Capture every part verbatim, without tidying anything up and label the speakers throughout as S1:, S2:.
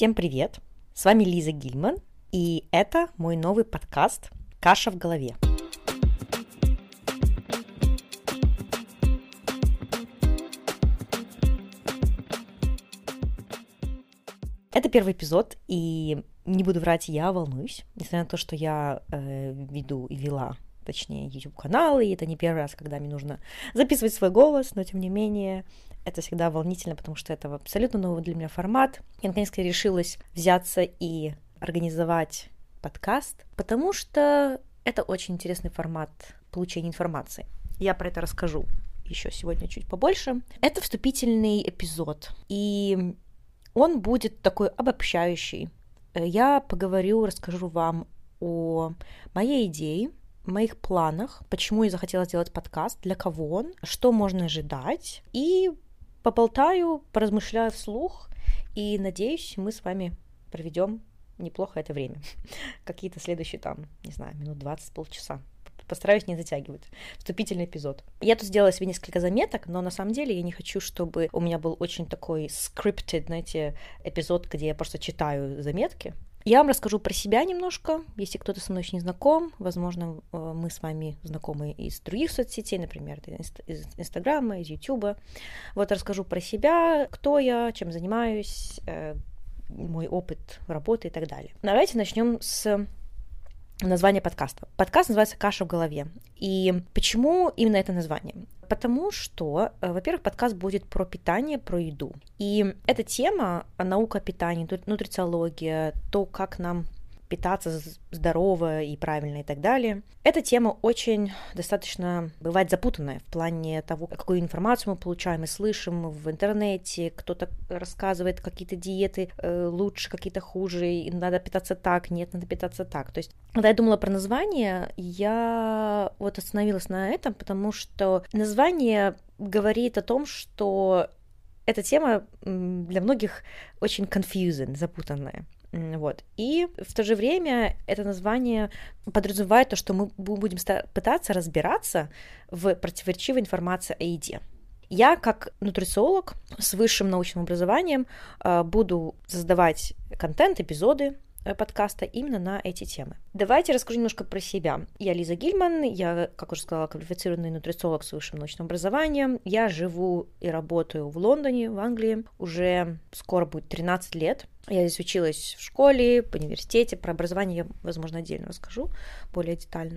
S1: Всем привет! С вами Лиза Гильман, и это мой новый подкаст «Каша в голове». Это первый эпизод, и не буду врать, я волнуюсь, несмотря на то, что я э, веду и вела, точнее, YouTube-канал, и это не первый раз, когда мне нужно записывать свой голос, но тем не менее это всегда волнительно, потому что это абсолютно новый для меня формат. Я наконец-то решилась взяться и организовать подкаст, потому что это очень интересный формат получения информации. Я про это расскажу еще сегодня чуть побольше. Это вступительный эпизод, и он будет такой обобщающий. Я поговорю, расскажу вам о моей идее, моих планах, почему я захотела сделать подкаст, для кого он, что можно ожидать, и поболтаю, поразмышляю вслух, и надеюсь, мы с вами проведем неплохо это время. Какие-то следующие там, не знаю, минут двадцать, полчаса. Постараюсь не затягивать. Вступительный эпизод. Я тут сделала себе несколько заметок, но на самом деле я не хочу, чтобы у меня был очень такой scripted, знаете, эпизод, где я просто читаю заметки. Я вам расскажу про себя немножко, если кто-то со мной еще не знаком. Возможно, мы с вами знакомы из других соцсетей, например, из Инстаграма, из Ютуба. Вот расскажу про себя, кто я, чем занимаюсь, мой опыт работы и так далее. Давайте начнем с названия подкаста. Подкаст называется «Каша в голове». И почему именно это название? Потому что, во-первых, подкаст будет про питание, про еду. И эта тема, наука о питании, нутрициология, то, как нам питаться здорово и правильно и так далее. Эта тема очень достаточно бывает запутанная в плане того, какую информацию мы получаем и слышим в интернете. Кто-то рассказывает какие-то диеты э, лучше, какие-то хуже, и надо питаться так, нет, надо питаться так. То есть, когда я думала про название, я вот остановилась на этом, потому что название говорит о том, что эта тема для многих очень confusing, запутанная. Вот. И в то же время это название подразумевает то, что мы будем пытаться разбираться в противоречивой информации о еде. Я, как нутрициолог с высшим научным образованием, буду создавать контент, эпизоды подкаста именно на эти темы. Давайте расскажу немножко про себя. Я Лиза Гильман, я, как уже сказала, квалифицированный нутрициолог с высшим научным образованием. Я живу и работаю в Лондоне, в Англии. Уже скоро будет тринадцать лет. Я здесь училась в школе, в университете. Про образование я, возможно, отдельно расскажу более детально.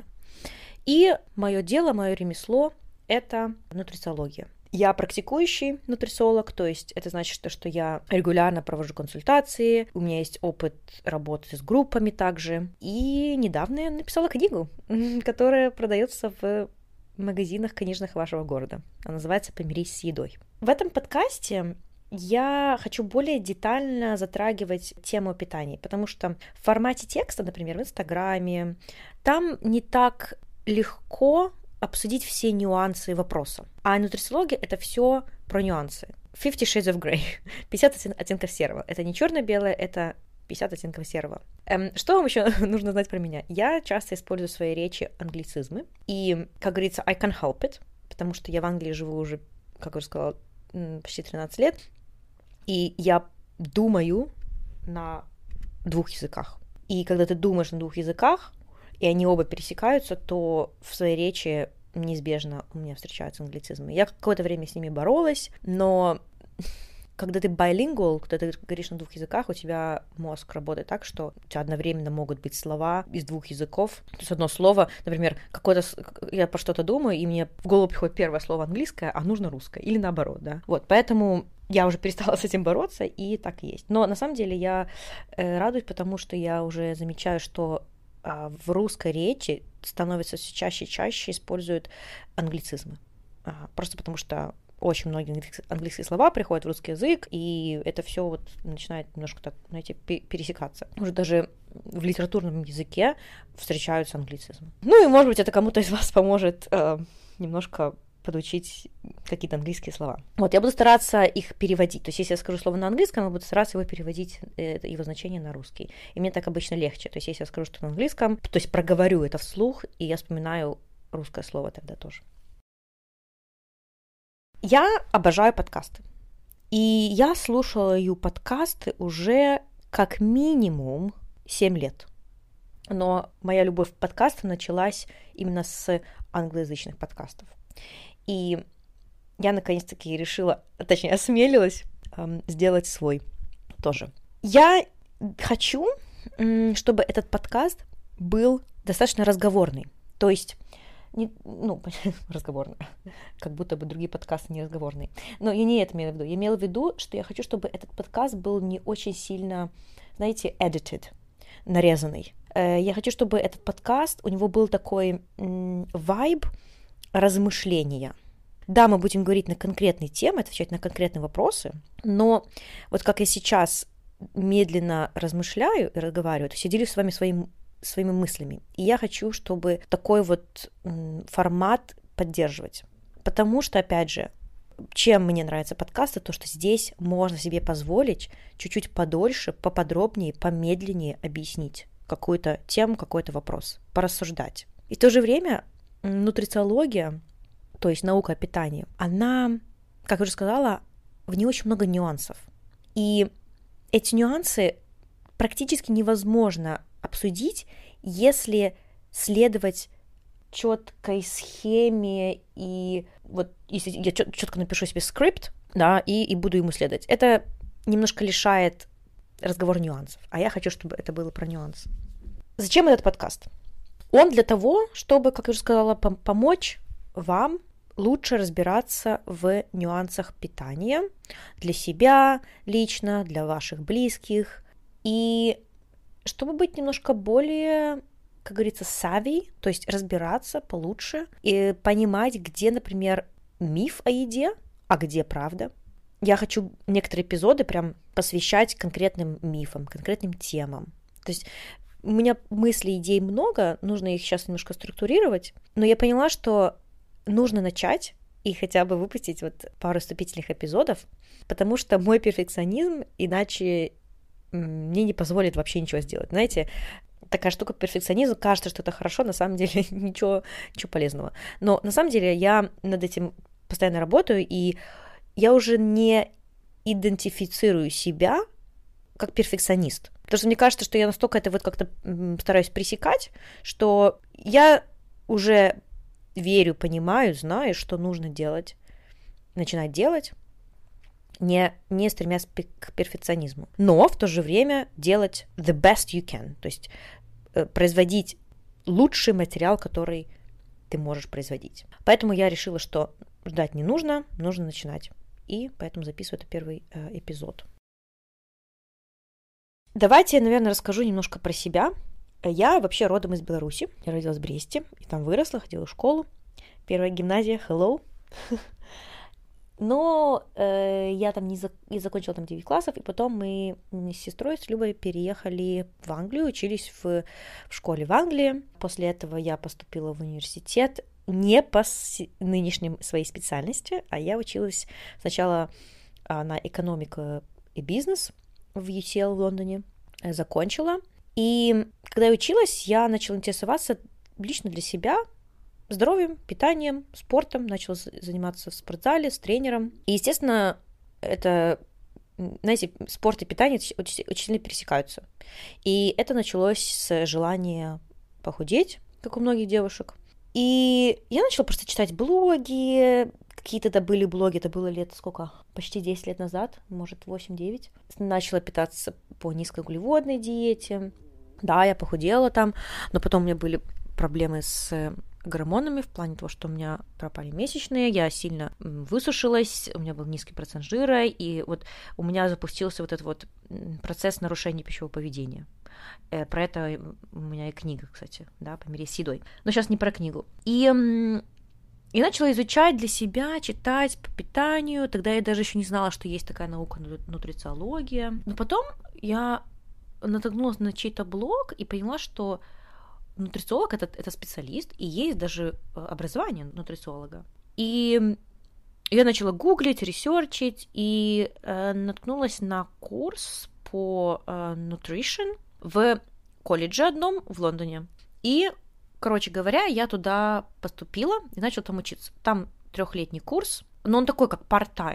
S1: И мое дело, мое ремесло – это нутрициология. Я практикующий нутрициолог, то есть это значит, что я регулярно провожу консультации, у меня есть опыт работы с группами также. И недавно я написала книгу, которая продается в магазинах книжных вашего города. Она называется «Помирись с едой». В этом подкасте я хочу более детально затрагивать тему питания, потому что в формате текста, например, в Инстаграме, там не так легко обсудить все нюансы вопроса. А нутрициология — это все про нюансы. Fifty Shades of Grey. пятьдесят оттенков серого. Это не черно-белое, это пятьдесят оттенков серого. Эм, что вам еще нужно знать про меня? Я часто использую в своей речи англицизмы. И, как говорится, I can help it, потому что я в Англии живу уже, как я уже сказала, почти тринадцать лет. И я думаю на двух языках. И когда ты думаешь на двух языках, и они оба пересекаются, то в своей речи неизбежно у меня встречаются англицизмы. Я какое-то время с ними боролась, но когда ты bilingual, когда ты говоришь на двух языках, у тебя мозг работает так, что у тебя одновременно могут быть слова из двух языков. То есть одно слово, например, какое-то я про что-то думаю, и мне в голову приходит первое слово английское, а нужно русское, или наоборот, да. Вот, поэтому я уже перестала с этим бороться, и так и есть. Но на самом деле я э, радуюсь, потому что я уже замечаю, что в русской речи становится все чаще и чаще используют англицизмы. Просто потому что очень многие английские слова приходят в русский язык, и это все вот начинает немножко так, знаете, пересекаться. Уже даже в литературном языке встречаются англицизмы. Ну и, может быть, это кому-то из вас поможет э, немножко подучить какие-то английские слова. Вот, я буду стараться их переводить. То есть, если я скажу слово на английском, я буду стараться его переводить, это, его значение на русский. И мне так обычно легче. То есть, если я скажу что на английском, то есть проговорю это вслух, и я вспоминаю русское слово тогда тоже. Я обожаю подкасты. И я слушаю подкасты уже как минимум семь лет. Но моя любовь к подкастам началась именно с англоязычных подкастов. И я наконец-таки решила, точнее, осмелилась эм, сделать свой тоже. Я хочу, чтобы этот подкаст был достаточно разговорный. То есть, не, ну, разговорный, как будто бы другие подкасты не разговорные. Но я не это имела в виду. Я имела в виду, что я хочу, чтобы этот подкаст был не очень сильно, знаете, edited, нарезанный. Я хочу, чтобы этот подкаст, у него был такой вайб размышления. Да, мы будем говорить на конкретные темы, отвечать на конкретные вопросы, но вот как я сейчас медленно размышляю и разговариваю, то есть я делюсь с вами своим, своими мыслями, и я хочу, чтобы такой вот формат поддерживать. Потому что, опять же, чем мне нравятся подкасты, то, что здесь можно себе позволить чуть-чуть подольше, поподробнее, помедленнее объяснить какую-то тему, какой-то вопрос, порассуждать. И в то же время нутрициология, то есть наука о питании, она, как я уже сказала, в ней очень много нюансов. И эти нюансы практически невозможно обсудить, если следовать четкой схеме и вот если я четко напишу себе скрипт, да, и, и буду ему следовать. Это немножко лишает разговор нюансов, а я хочу, чтобы это было про нюансы. Зачем этот подкаст? Он для того, чтобы, как я уже сказала, пом- помочь вам лучше разбираться в нюансах питания для себя лично, для ваших близких, и чтобы быть немножко более, как говорится, savvy, то есть разбираться получше и понимать, где, например, миф о еде, а где правда. Я хочу некоторые эпизоды прям посвящать конкретным мифам, конкретным темам. То есть у меня мыслей, идей много, нужно их сейчас немножко структурировать, но я поняла, что нужно начать и хотя бы выпустить вот пару вступительных эпизодов, потому что мой перфекционизм иначе мне не позволит вообще ничего сделать. Знаете, такая штука перфекционизм, кажется, что это хорошо, на самом деле ничего, ничего полезного. Но на самом деле я над этим постоянно работаю, и я уже не идентифицирую себя как перфекционист. Потому что мне кажется, что я настолько это вот как-то стараюсь пресекать, что я уже верю, понимаю, знаю, что нужно делать, начинать делать, не, не стремясь к перфекционизму. Но в то же время делать the best you can, то есть э, производить лучший материал, который ты можешь производить. Поэтому я решила, что ждать не нужно, нужно начинать. И поэтому записываю это первый э, эпизод. Давайте я, наверное, расскажу немножко про себя. Я вообще родом из Беларуси. Я родилась в Бресте, и там выросла, ходила в школу. Первая гимназия, hello. Но э, я там не, за, не закончила там девять классов, и потом мы с сестрой, с Любой переехали в Англию, учились в, в школе в Англии. После этого я поступила в университет не по нынешней своей специальности, а я училась сначала на экономику и бизнес в ю си эл в Лондоне, закончила. И когда я училась, я начала интересоваться лично для себя здоровьем, питанием, спортом, начала заниматься в спортзале с тренером. И, естественно, это, знаете, спорт и питание очень, очень сильно пересекаются. И это началось с желания похудеть, как у многих девушек. И я начала просто читать блоги, какие-то это были блоги, это было лет сколько? Почти десять лет назад, может, восемь-девять. Начала питаться по низкоуглеводной диете. Да, я похудела там, но потом у меня были проблемы с гормонами в плане того, что у меня пропали месячные, я сильно высушилась, у меня был низкий процент жира, и вот у меня запустился вот этот вот процесс нарушения пищевого поведения. Про это у меня и книга, кстати, да, «Помирись с едой». Но сейчас не про книгу. И И начала изучать для себя, читать по питанию. Тогда я даже еще не знала, что есть такая наука нутрициология. Но потом я натолкнулась на чей-то блог и поняла, что нутрициолог это, это специалист, и есть даже образование нутрициолога. И я начала гуглить, ресерчить, и э, наткнулась на курс по э, nutrition в колледже одном в Лондоне. И короче говоря, я туда поступила и начала там учиться. Там трехлетний курс, но он такой, как part-time.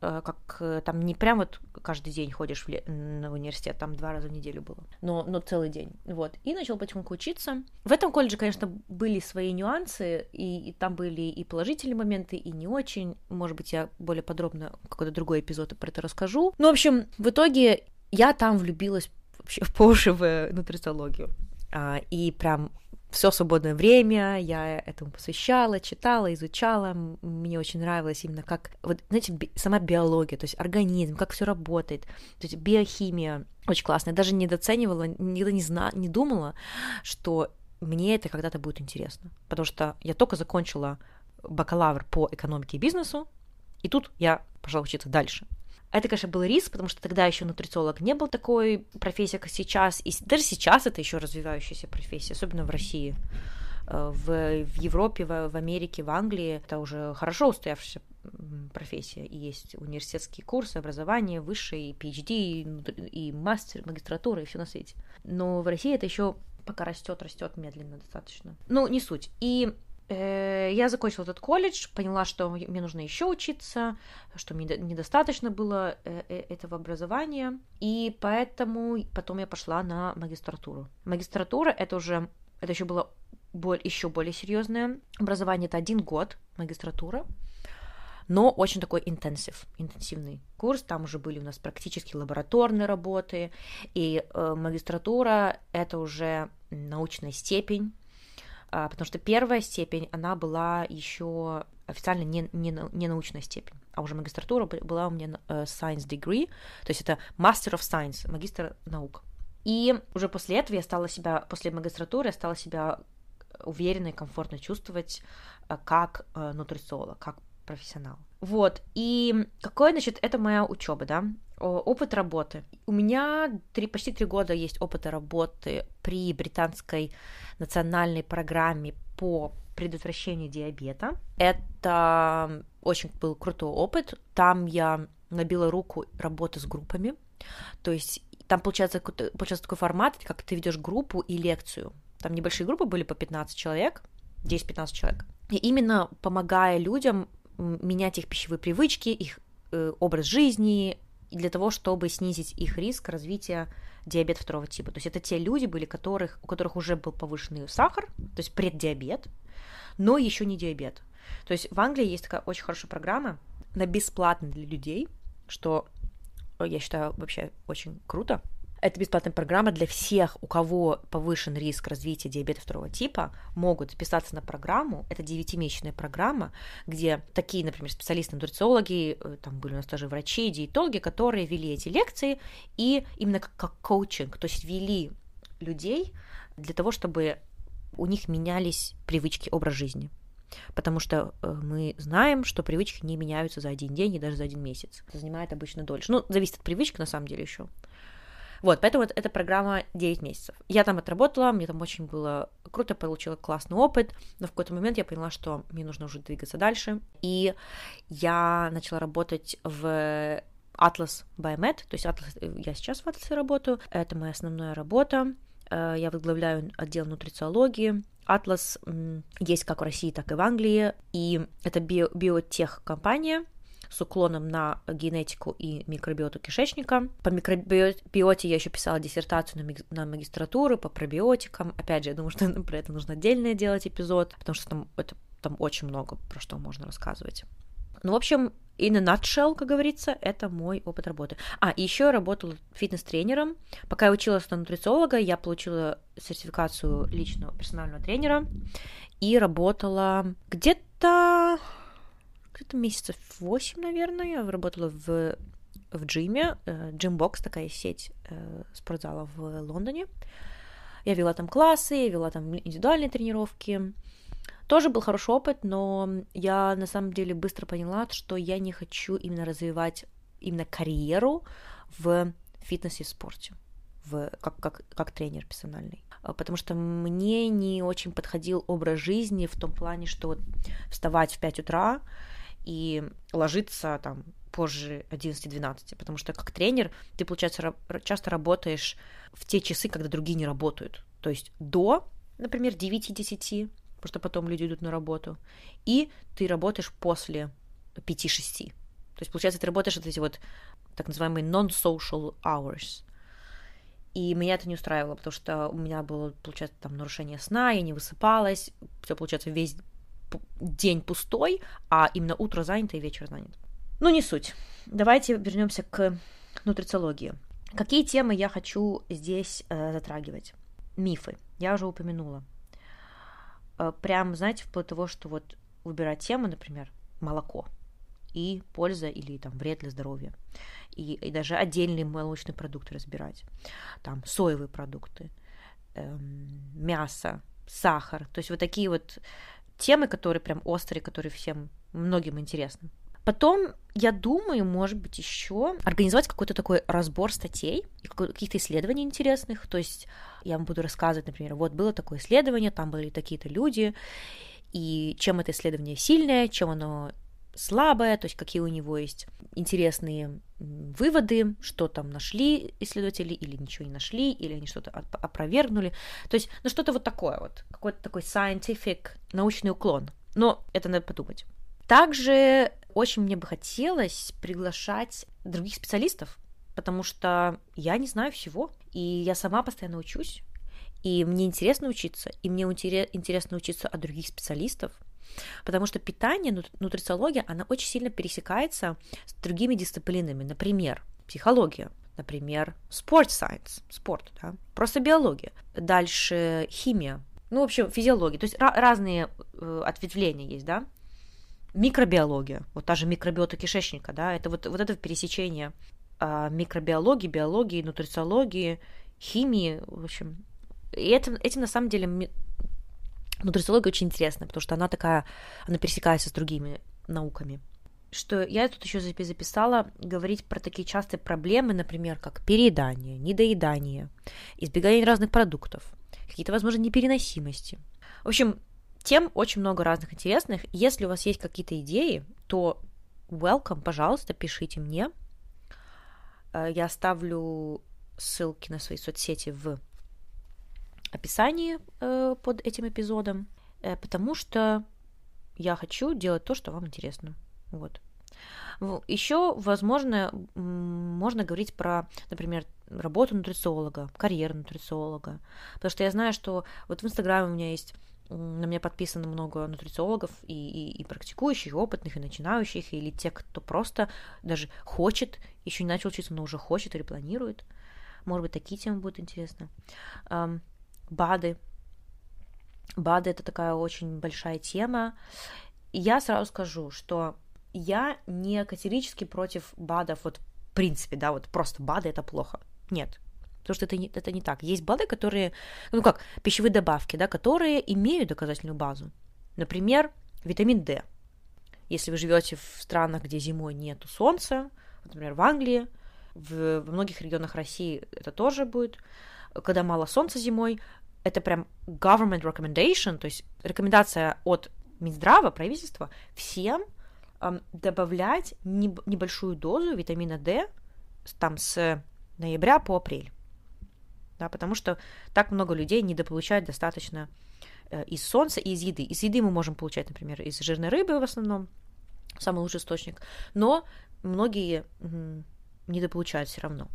S1: как там не прям вот каждый день ходишь в ле- на университет, там два раза в неделю было, но, но целый день, вот, и начал потихоньку учиться. В этом колледже, конечно, были свои нюансы, и, и там были и положительные моменты, и не очень, может быть, я более подробно в какой-то другой эпизод про это расскажу. Ну, в общем, в итоге я там влюбилась вообще по уши в нутрициологию, и прям все свободное время я этому посвящала, читала, изучала. Мне очень нравилось именно как, вот, знаете, би- сама биология, то есть организм, как все работает, то есть биохимия. Очень классно. Я даже недооценивала, никогда не, зна- не думала, что мне это когда-то будет интересно. Потому что я только закончила бакалавр по экономике и бизнесу, и тут я пошла учиться дальше. Это, конечно, был риск, потому что тогда еще нутрициолог не был такой профессией, как сейчас. И даже сейчас это еще развивающаяся профессия, особенно в России. В, в Европе, в, в Америке, в Англии это уже хорошо устоявшаяся профессия. И есть университетские курсы, образование, высшее, и пи эйч ди, и, и мастер, магистратура, и все на свете. Но в России это еще пока растет, растет медленно достаточно. Ну, не суть. И я закончила этот колледж, поняла, что мне нужно еще учиться, что мне недостаточно было этого образования, и поэтому потом я пошла на магистратуру. Магистратура это уже, это еще было еще более серьезное образование, это один год магистратура, но очень такой интенсив, интенсивный курс, там уже были у нас практически лабораторные работы, и магистратура это уже научная степень, потому что первая степень, она была еще официально не, не, не научная степень, а уже магистратура была у меня science degree, то есть это Master of Science, магистр наук. И уже после этого я стала себя, после магистратуры я стала себя уверенно и комфортно чувствовать как нутрициолог, как профессионал. Вот, и какой, значит, это моя учеба, да, опыт работы. У меня три, почти три года есть опыта работы при британской национальной программе по предотвращению диабета. Это очень был крутой опыт. Там я набила руку работы с группами. То есть там получается, получается такой формат, как ты ведешь группу и лекцию. Там небольшие группы были по пятнадцать человек, десять-пятнадцать человек. И именно помогая людям менять их пищевые привычки, их э, образ жизни, для того, чтобы снизить их риск развития диабета второго типа. То есть это те люди были, которых, у которых уже был повышенный сахар, то есть преддиабет, но еще не диабет. То есть в Англии есть такая очень хорошая программа, она бесплатна для людей, что я считаю вообще очень круто. Это бесплатная программа для всех, у кого повышен риск развития диабета второго типа, могут записаться на программу. Это девятимесячная программа, где такие, например, специалисты, нутрициологи, там были у нас тоже врачи, диетологи, которые вели эти лекции и именно как, как коучинг, то есть вели людей для того, чтобы у них менялись привычки, образ жизни. Потому что мы знаем, что привычки не меняются за один день и даже за один месяц. Это занимает обычно дольше. Ну, зависит от привычки, на самом деле, еще. Вот, поэтому эта программа девять месяцев. Я там отработала, мне там очень было круто, получила классный опыт, но в какой-то момент я поняла, что мне нужно уже двигаться дальше, и я начала работать в Atlas Biomed, то есть Atlas, я сейчас в Atlas работаю, это моя основная работа, я возглавляю отдел нутрициологии. Atlas есть как в России, так и в Англии, и это био- биотех-компания, с уклоном на генетику и микробиоту кишечника. По микробиоте я еще писала диссертацию на, на магистратуру, по пробиотикам. Опять же, я думаю, что про это нужно отдельно делать эпизод, потому что там, это, там очень много про что можно рассказывать. Ну, в общем, in a nutshell, как говорится, это мой опыт работы. А, и еще я работала фитнес-тренером. Пока я училась на нутрициолога, я получила сертификацию личного персонального тренера и работала где-то... где-то месяцев восемь, наверное, я работала в, в джиме, Gymbox, такая сеть э, спортзалов в Лондоне. Я вела там классы, я вела там индивидуальные тренировки. Тоже был хороший опыт, но я на самом деле быстро поняла, что я не хочу именно развивать именно карьеру в фитнесе и спорте, в, как, как, как тренер персональный. Потому что мне не очень подходил образ жизни в том плане, что вот вставать в пять утра и ложиться там позже одиннадцати-двенадцати, потому что как тренер ты, получается, часто работаешь в те часы, когда другие не работают, то есть до, например, девяти-десяти, потому что потом люди идут на работу, и ты работаешь после пяти-шести, То есть, получается, ты работаешь вот эти вот так называемые non-social hours. И меня это не устраивало, потому что у меня было, получается, там нарушение сна, я не высыпалась, все, получается, весь день пустой, а именно утро занято и вечер занят. Ну, не суть. Давайте вернемся к нутрициологии. Какие темы я хочу здесь э, затрагивать? Мифы. Я уже упомянула. Э, прям, знаете, вплоть до того, что вот выбирать тему, например, молоко и польза или там вред для здоровья. И, и даже отдельные молочные продукты разбирать. Там соевые продукты, эм, мясо, сахар. То есть вот такие вот темы, которые прям острые, которые всем, многим интересны. Потом, я думаю, может быть, еще организовать какой-то такой разбор статей, каких-то исследований интересных. То есть я вам буду рассказывать, например, вот было такое исследование, там были такие-то люди, и чем это исследование сильное, чем оно слабое, то есть какие у него есть интересные выводы, что там нашли исследователи, или ничего не нашли, или они что-то опровергнули. То есть, ну, что-то вот такое вот, какой-то такой scientific, научный уклон. Но это надо подумать. Также очень мне бы хотелось приглашать других специалистов, потому что я не знаю всего, и я сама постоянно учусь, и мне интересно учиться, и мне интересно учиться от других специалистов, потому что питание, нутрициология, она очень сильно пересекается с другими дисциплинами, например, психология, например, sport science, спорт, да, просто биология, дальше химия, ну, в общем, физиология, то есть ra- разные э, ответвления есть, да, микробиология, вот та же микробиота кишечника, да, это вот, вот это пересечение э, микробиологии, биологии, нутрициологии, химии, в общем, и этим, этим на самом деле ми... нутрициология очень интересна, потому что она такая, она пересекается с другими науками. Что я тут еще записала, говорить про такие частые проблемы, например, как переедание, недоедание, избегание разных продуктов, какие-то, возможно, непереносимости. В общем, тем очень много разных интересных. Если у вас есть какие-то идеи, то welcome, пожалуйста, пишите мне. Я оставлю ссылки на свои соцсети в описании под этим эпизодом, потому что я хочу делать то, что вам интересно. Вот. Еще, возможно, можно говорить про, например, работу нутрициолога, карьеру нутрициолога, потому что я знаю, что вот в Инстаграме у меня есть, на меня подписано много нутрициологов и, и, и практикующих, и опытных, и начинающих, или тех, кто просто даже хочет, еще не начал учиться, но уже хочет или планирует. Может быть, такие темы будут интересны. БАДы. БАДы — это такая очень большая тема. И я сразу скажу, что я не категорически против БАДов, вот в принципе, да, вот просто БАДы — это плохо. Нет. Потому что это не, это не так. Есть БАДы, которые, ну как, пищевые добавки, да, которые имеют доказательную базу. Например, витамин D. Если вы живете в странах, где зимой нету солнца, например, в Англии, в, в многих регионах России это тоже будет, когда мало солнца зимой, это прям government recommendation, то есть рекомендация от Минздрава, правительства, всем эм, добавлять не, небольшую дозу витамина D там с ноября по апрель. Да, потому что так много людей недополучают достаточно э, из солнца и из еды. Из еды мы можем получать, например, из жирной рыбы в основном, самый лучший источник, но многие м- недополучают все равно.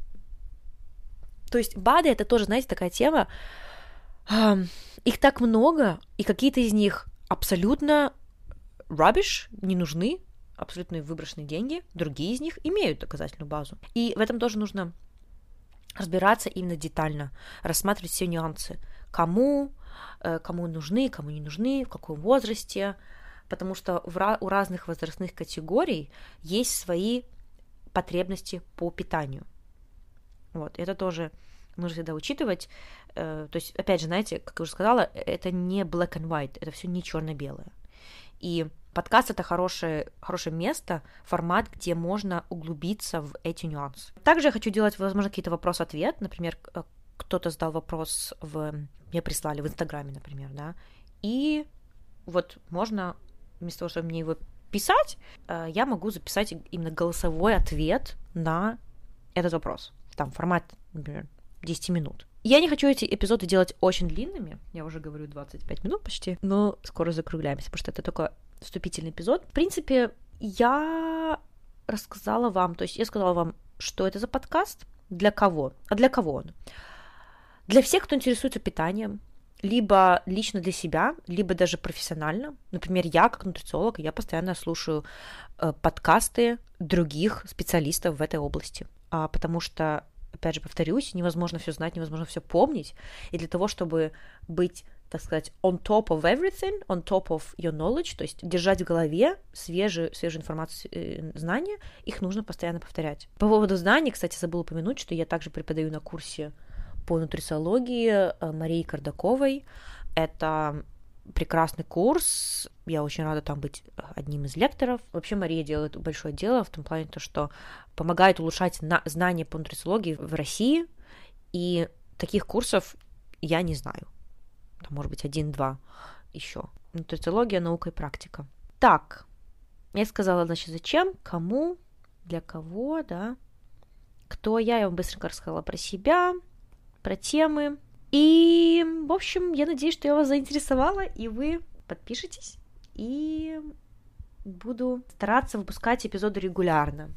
S1: То есть БАДы — это тоже, знаете, такая тема, э, их так много, и какие-то из них абсолютно rubbish, не нужны, абсолютно выброшенные деньги, другие из них имеют доказательную базу. И в этом тоже нужно разбираться именно детально, рассматривать все нюансы, кому, кому нужны, кому не нужны, в каком возрасте, потому что у разных возрастных категорий есть свои потребности по питанию. Вот, это тоже нужно всегда учитывать. То есть, опять же, знаете, как я уже сказала, это не black and white, это все не черно-белое. И подкаст — это хорошее, хорошее место, формат, где можно углубиться в эти нюансы. Также я хочу делать, возможно, какие-то вопрос-ответ. Например, кто-то задал вопрос, в... мне прислали в Инстаграме, например, да, и вот можно, вместо того, чтобы мне его писать, я могу записать именно голосовой ответ на этот вопрос. Там формат, например, десять минут. Я не хочу эти эпизоды делать очень длинными, я уже говорю двадцать пять минут почти, но скоро закругляемся, потому что это только вступительный эпизод. В принципе, я рассказала вам, то есть я сказала вам, что это за подкаст, для кого, а для кого он? Для всех, кто интересуется питанием, либо лично для себя, либо даже профессионально. Например, я, как нутрициолог, я постоянно слушаю э, подкасты других специалистов в этой области, а, потому что, опять же, повторюсь, невозможно все знать, невозможно все помнить, и для того, чтобы быть, так сказать, on top of everything, on top of your knowledge, то есть держать в голове свежую, свежую информацию, э, знания, их нужно постоянно повторять. По поводу знаний, кстати, забыла упомянуть, что я также преподаю на курсе по нутрициологии Марии Кардаковой. Это прекрасный курс, я очень рада там быть одним из лекторов. Вообще Мария делает большое дело в том плане, то, что помогает улучшать на- знания по нутрициологии в России, и таких курсов я не знаю. Там, может быть, один-два еще. Нутрициология, наука и практика. Так, я сказала, значит, зачем, кому, для кого, да, кто я, я вам быстренько рассказала про себя, про темы. И, в общем, я надеюсь, что я вас заинтересовала, и вы подпишитесь, и буду стараться выпускать эпизоды регулярно.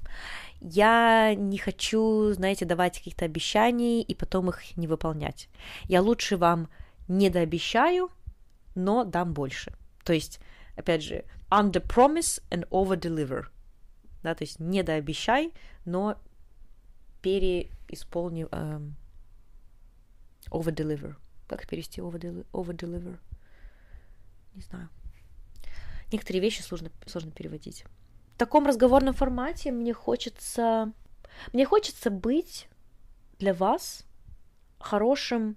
S1: Я не хочу, знаете, давать каких-то обещаний и потом их не выполнять. Я лучше вам недообещаю, но дам больше. То есть, опять же, under promise and over deliver. Да, то есть недообещай, но переисполни... Эм, over-deliver. Как перевести over-deliver? over-deliver? Не знаю. Некоторые вещи сложно, сложно переводить. В таком разговорном формате мне хочется... Мне хочется быть для вас хорошим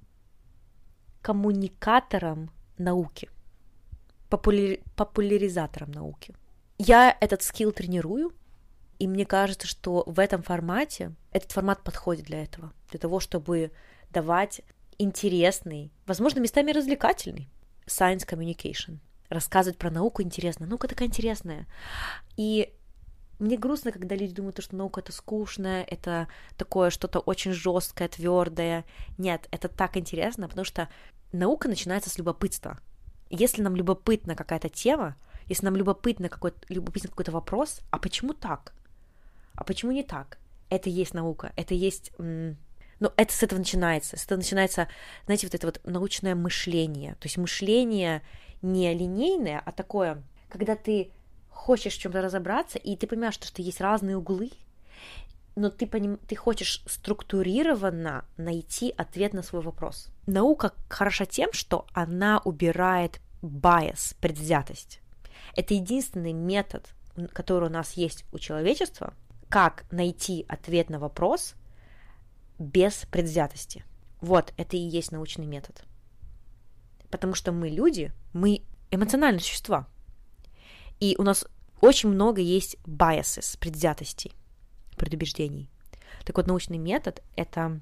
S1: коммуникатором науки, популяри... популяризатором науки. Я этот скилл тренирую, и мне кажется, что в этом формате, этот формат подходит для этого, для того, чтобы давать интересный, возможно, местами развлекательный science communication. Рассказывать про науку интересно. Наука такая интересная. И мне грустно, когда люди думают, что наука это скучно, это такое что-то очень жесткое, твердое. Нет, это так интересно, потому что наука начинается с любопытства. Если нам любопытна какая-то тема, если нам любопытно какой-то, любопытен какой-то вопрос, а почему так? А почему не так? Это и есть наука, это и есть... М- Но это с этого начинается. С этого начинается, знаете, вот это вот научное мышление. То есть мышление не линейное, а такое, когда ты хочешь в чем-то разобраться, и ты понимаешь, что есть разные углы, но ты, поним... ты хочешь структурированно найти ответ на свой вопрос. Наука хороша тем, что она убирает bias, предвзятость. Это единственный метод, который у нас есть у человечества, как найти ответ на вопрос без предвзятости. Вот, это и есть научный метод. Потому что мы люди, мы эмоциональные существа. И у нас очень много есть biases, предвзятостей, предубеждений. Так вот, научный метод — это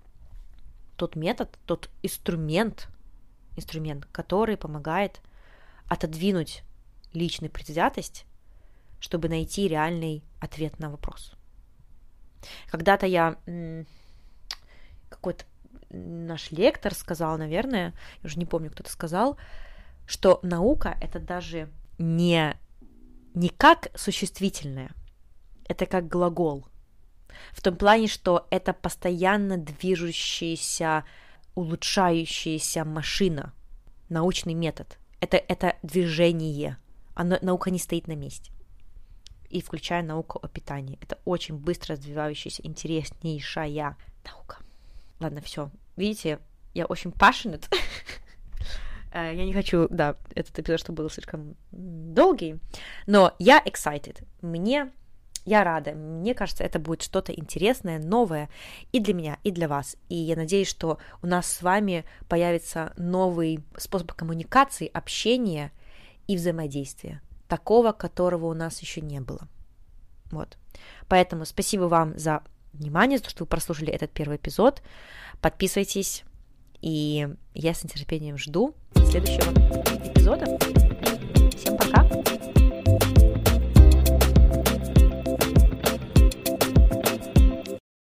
S1: тот метод, тот инструмент, инструмент, который помогает отодвинуть личную предвзятость, чтобы найти реальный ответ на вопрос. Когда-то я... какой-то наш лектор сказал, наверное, я уже не помню, кто это сказал, что наука — это даже не, не как существительное, это как глагол. В том плане, что это постоянно движущаяся, улучшающаяся машина, научный метод. Это, это движение, а наука не стоит на месте. И включая науку о питании. Это очень быстро развивающаяся, интереснейшая наука. Ладно, все. Видите, я очень passionate. Я не хочу, да, этот эпизод, чтобы был слишком долгий, но я excited. Мне, я рада. Мне кажется, это будет что-то интересное, новое и для меня, и для вас. И я надеюсь, что у нас с вами появится новый способ коммуникации, общения и взаимодействия, такого, которого у нас еще не было. Вот. Поэтому спасибо вам за внимание, за то, что вы прослушали этот первый эпизод. Подписывайтесь, и я с нетерпением жду следующего эпизода. Всем пока!